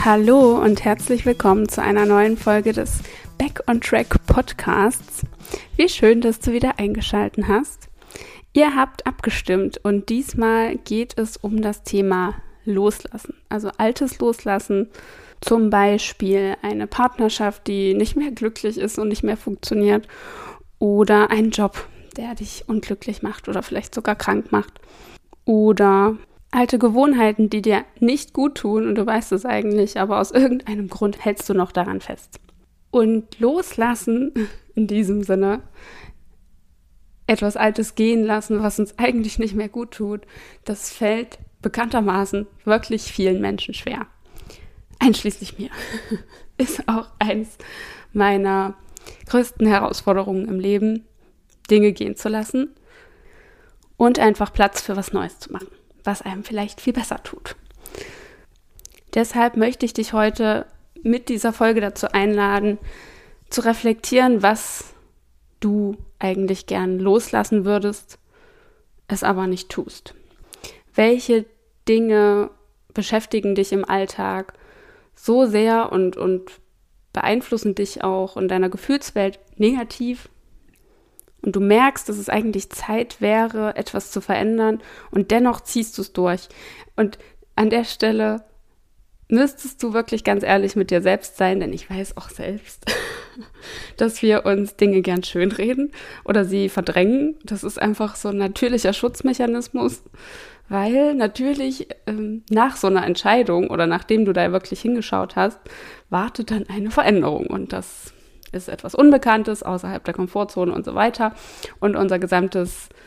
Hallo und herzlich willkommen zu einer neuen Folge des Back on Track Podcasts. Wie schön, dass du wieder eingeschaltet hast. Ihr habt abgestimmt und diesmal geht es um das Thema Loslassen. Also Altes loslassen, zum Beispiel eine Partnerschaft, die nicht mehr glücklich ist und nicht mehr funktioniert oder einen Job, der dich unglücklich macht oder vielleicht sogar krank macht oder alte Gewohnheiten, die dir nicht gut tun und du weißt es eigentlich, aber aus irgendeinem Grund hältst du noch daran fest. Und loslassen, in diesem Sinne, etwas Altes gehen lassen, was uns eigentlich nicht mehr gut tut, das fällt bekanntermaßen wirklich vielen Menschen schwer. Einschließlich mir. Ist auch eins meiner größten Herausforderungen im Leben, Dinge gehen zu lassen und einfach Platz für was Neues zu machen, was einem vielleicht viel besser tut. Deshalb möchte ich dich heute mit dieser Folge dazu einladen, zu reflektieren, was du eigentlich gern loslassen würdest, es aber nicht tust. Welche Dinge beschäftigen dich im Alltag so sehr und beeinflussen dich auch in deiner Gefühlswelt negativ, und du merkst, dass es eigentlich Zeit wäre, etwas zu verändern und dennoch ziehst du es durch. Und an der Stelle müsstest du wirklich ganz ehrlich mit dir selbst sein, denn ich weiß auch selbst, dass wir uns Dinge gern schönreden oder sie verdrängen. Das ist einfach so ein natürlicher Schutzmechanismus, weil natürlich nach so einer Entscheidung oder nachdem du da wirklich hingeschaut hast, wartet dann eine Veränderung und das ist etwas Unbekanntes, außerhalb der Komfortzone und so weiter. Und unsere gesamte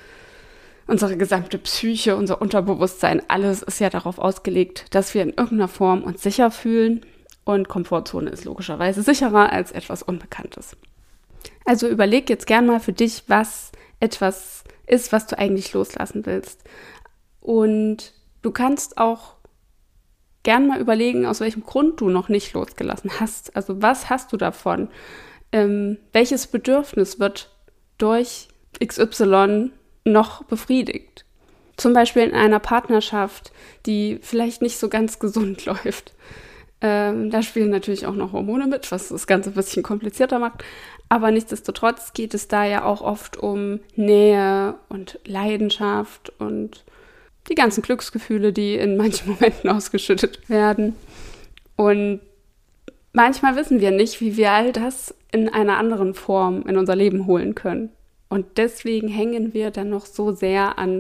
Psyche, unser Unterbewusstsein, alles ist ja darauf ausgelegt, dass wir in irgendeiner Form uns sicher fühlen. Und Komfortzone ist logischerweise sicherer als etwas Unbekanntes. Also überleg jetzt gern mal für dich, was etwas ist, was du eigentlich loslassen willst. Und du kannst auch gern mal überlegen, aus welchem Grund du noch nicht losgelassen hast. Also was hast du davon? Welches Bedürfnis wird durch XY noch befriedigt? Zum Beispiel in einer Partnerschaft, die vielleicht nicht so ganz gesund läuft. Da spielen natürlich auch noch Hormone mit, was das Ganze ein bisschen komplizierter macht. Aber nichtsdestotrotz geht es da ja auch oft um Nähe und Leidenschaft und die ganzen Glücksgefühle, die in manchen Momenten ausgeschüttet werden. Und manchmal wissen wir nicht, wie wir all das in einer anderen Form in unser Leben holen können. Und deswegen hängen wir dann noch so sehr an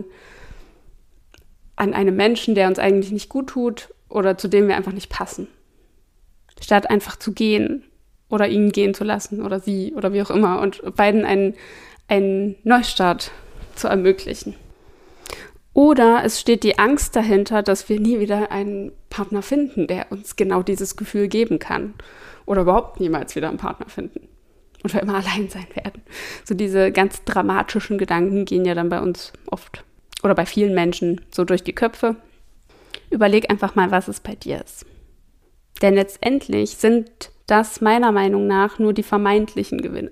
einem Menschen, der uns eigentlich nicht gut tut oder zu dem wir einfach nicht passen. Statt einfach zu gehen oder ihn gehen zu lassen oder sie oder wie auch immer und beiden einen Neustart zu ermöglichen. Oder es steht die Angst dahinter, dass wir nie wieder einen Partner finden, der uns genau dieses Gefühl geben kann. Oder überhaupt niemals wieder einen Partner finden. Und wir immer allein sein werden. So diese ganz dramatischen Gedanken gehen ja dann bei uns oft oder bei vielen Menschen so durch die Köpfe. Überleg einfach mal, was es bei dir ist. Denn letztendlich sind das meiner Meinung nach nur die vermeintlichen Gewinne.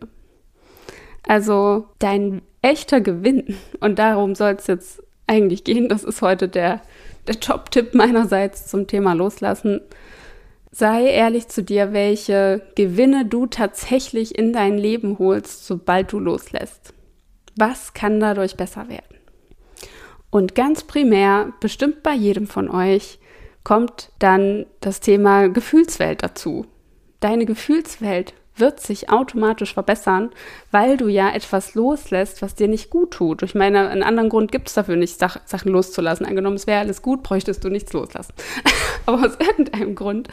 Also dein echter Gewinn, und darum soll es jetzt eigentlich gehen, das ist heute der Top-Tipp meinerseits zum Thema Loslassen. Sei ehrlich zu dir, welche Gewinne du tatsächlich in dein Leben holst, sobald du loslässt. Was kann dadurch besser werden? Und ganz primär, bestimmt bei jedem von euch, kommt dann das Thema Gefühlswelt dazu. Deine Gefühlswelt wird sich automatisch verbessern, weil du ja etwas loslässt, was dir nicht gut tut. Ich meine, einen anderen Grund gibt es dafür nicht, Sachen loszulassen. Angenommen, es wäre alles gut, bräuchtest du nichts loslassen. Aber aus irgendeinem Grund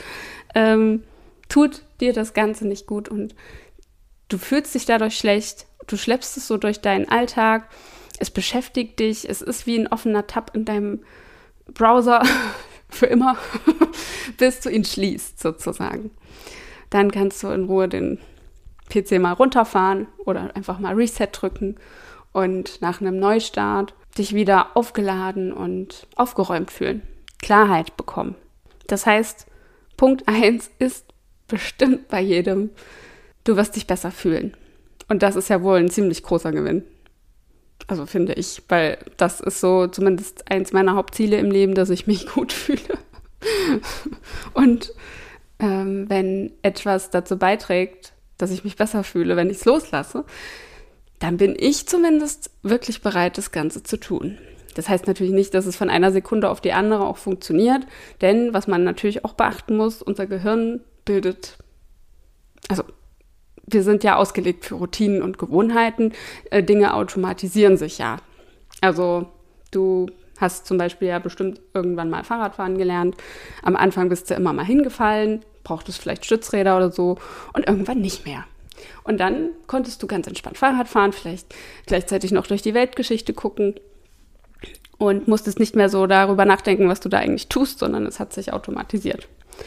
tut dir das Ganze nicht gut und du fühlst dich dadurch schlecht, du schleppst es so durch deinen Alltag, es beschäftigt dich, es ist wie ein offener Tab in deinem Browser für immer, bis du ihn schließt sozusagen. Dann kannst du in Ruhe den PC mal runterfahren oder einfach mal Reset drücken und nach einem Neustart dich wieder aufgeladen und aufgeräumt fühlen. Klarheit bekommen. Das heißt, Punkt 1 ist bestimmt bei jedem, du wirst dich besser fühlen. Und das ist ja wohl ein ziemlich großer Gewinn. Also finde ich, weil das ist so zumindest eins meiner Hauptziele im Leben, dass ich mich gut fühle. Und wenn etwas dazu beiträgt, dass ich mich besser fühle, wenn ich es loslasse, dann bin ich zumindest wirklich bereit, das Ganze zu tun. Das heißt natürlich nicht, dass es von einer Sekunde auf die andere auch funktioniert, denn was man natürlich auch beachten muss, unser Gehirn wir sind ja ausgelegt für Routinen und Gewohnheiten, Dinge automatisieren sich ja. Also du hast zum Beispiel ja bestimmt irgendwann mal Fahrradfahren gelernt, am Anfang bist du immer mal hingefallen, brauchtest vielleicht Stützräder oder so und irgendwann nicht mehr. Und dann konntest du ganz entspannt Fahrrad fahren, vielleicht gleichzeitig noch durch die Weltgeschichte gucken und musstest nicht mehr so darüber nachdenken, was du da eigentlich tust, sondern es hat sich automatisiert.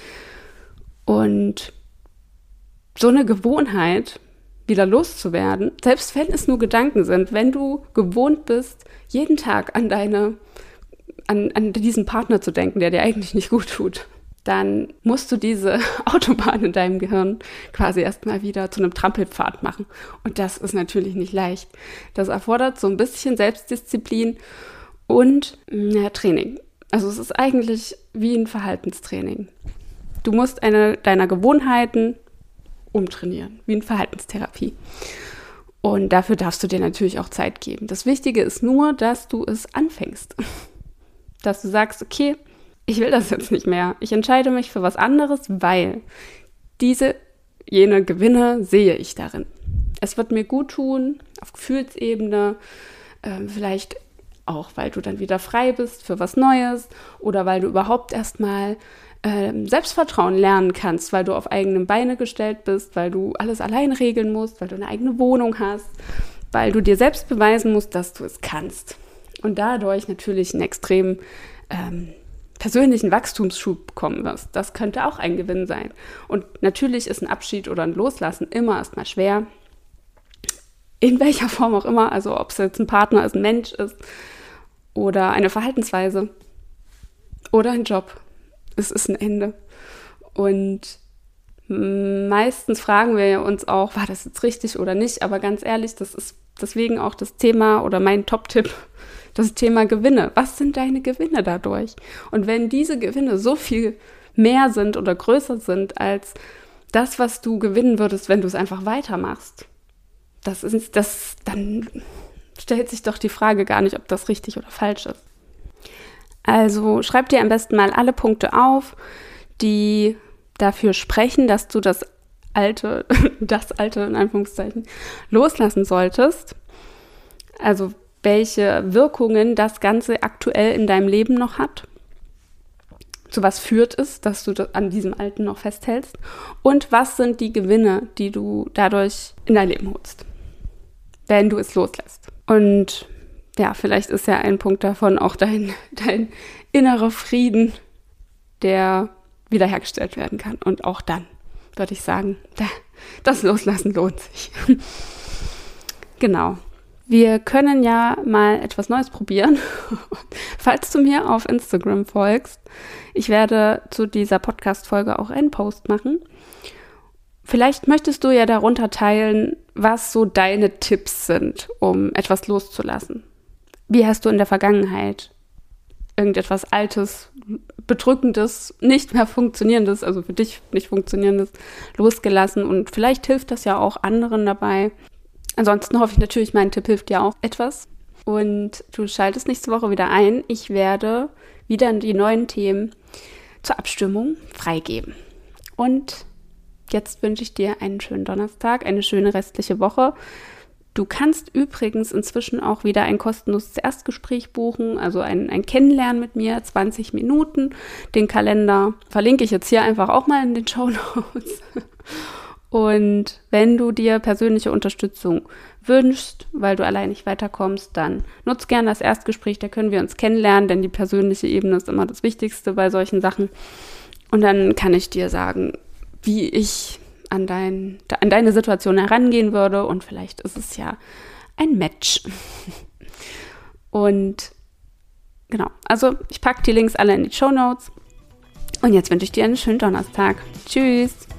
Und so eine Gewohnheit wieder loszuwerden, selbst wenn es nur Gedanken sind, wenn du gewohnt bist, jeden Tag an diesen Partner zu denken, der dir eigentlich nicht gut tut, dann musst du diese Autobahn in deinem Gehirn quasi erstmal wieder zu einem Trampelpfad machen. Und das ist natürlich nicht leicht. Das erfordert so ein bisschen Selbstdisziplin und Training. Also es ist eigentlich wie ein Verhaltenstraining. Du musst deiner Gewohnheiten umtrainieren, wie eine Verhaltenstherapie. Und dafür darfst du dir natürlich auch Zeit geben. Das Wichtige ist nur, dass du es anfängst. Dass du sagst, okay, ich will das jetzt nicht mehr. Ich entscheide mich für was anderes, weil jene Gewinne sehe ich darin. Es wird mir gut tun, auf Gefühlsebene, vielleicht auch, weil du dann wieder frei bist für was Neues oder weil du überhaupt erstmal Selbstvertrauen lernen kannst, weil du auf eigenen Beine gestellt bist, weil du alles allein regeln musst, weil du eine eigene Wohnung hast, weil du dir selbst beweisen musst, dass du es kannst. Und dadurch natürlich einen extremen persönlichen Wachstumsschub bekommen wirst. Das könnte auch ein Gewinn sein. Und natürlich ist ein Abschied oder ein Loslassen immer erstmal schwer. In welcher Form auch immer, also ob es jetzt ein Partner ist, ein Mensch ist oder eine Verhaltensweise oder ein Job. Es ist ein Ende. Und meistens fragen wir uns auch, war das jetzt richtig oder nicht? Aber ganz ehrlich, das ist deswegen auch das Thema oder mein Top-Tipp, das Thema Gewinne. Was sind deine Gewinne dadurch? Und wenn diese Gewinne so viel mehr sind oder größer sind als das, was du gewinnen würdest, wenn du es einfach weitermachst, dann stellt sich doch die Frage gar nicht, ob das richtig oder falsch ist. Also schreib dir am besten mal alle Punkte auf, die dafür sprechen, dass du das Alte in Anführungszeichen, loslassen solltest. Also welche Wirkungen das Ganze aktuell in deinem Leben noch hat. Zu was führt es, dass du an diesem Alten noch festhältst? Und was sind die Gewinne, die du dadurch in dein Leben holst, wenn du es loslässt? Und ja, vielleicht ist ja ein Punkt davon auch dein innerer Frieden, der wiederhergestellt werden kann. Und auch dann würde ich sagen, das Loslassen lohnt sich. Genau. Wir können ja mal etwas Neues probieren. Falls du mir auf Instagram folgst, ich werde zu dieser Podcast-Folge auch einen Post machen. Vielleicht möchtest du ja darunter teilen, was so deine Tipps sind, um etwas loszulassen. Wie hast du in der Vergangenheit irgendetwas Altes, Bedrückendes, nicht mehr Funktionierendes, also für dich nicht Funktionierendes, losgelassen? Und vielleicht hilft das ja auch anderen dabei. Ansonsten hoffe ich natürlich, mein Tipp hilft dir auch etwas. Und du schaltest nächste Woche wieder ein. Ich werde wieder die neuen Themen zur Abstimmung freigeben. Und jetzt wünsche ich dir einen schönen Donnerstag, eine schöne restliche Woche. Du kannst übrigens inzwischen auch wieder ein kostenloses Erstgespräch buchen, also ein Kennenlernen mit mir, 20 Minuten. Den Kalender verlinke ich jetzt hier einfach auch mal in den Shownotes. Und wenn du dir persönliche Unterstützung wünschst, weil du allein nicht weiterkommst, dann nutz gerne das Erstgespräch, da können wir uns kennenlernen, denn die persönliche Ebene ist immer das Wichtigste bei solchen Sachen. Und dann kann ich dir sagen, wie ich an deine Situation herangehen würde und vielleicht ist es ja ein Match. Und genau, also ich packe die Links alle in die Shownotes und jetzt wünsche ich dir einen schönen Donnerstag. Tschüss!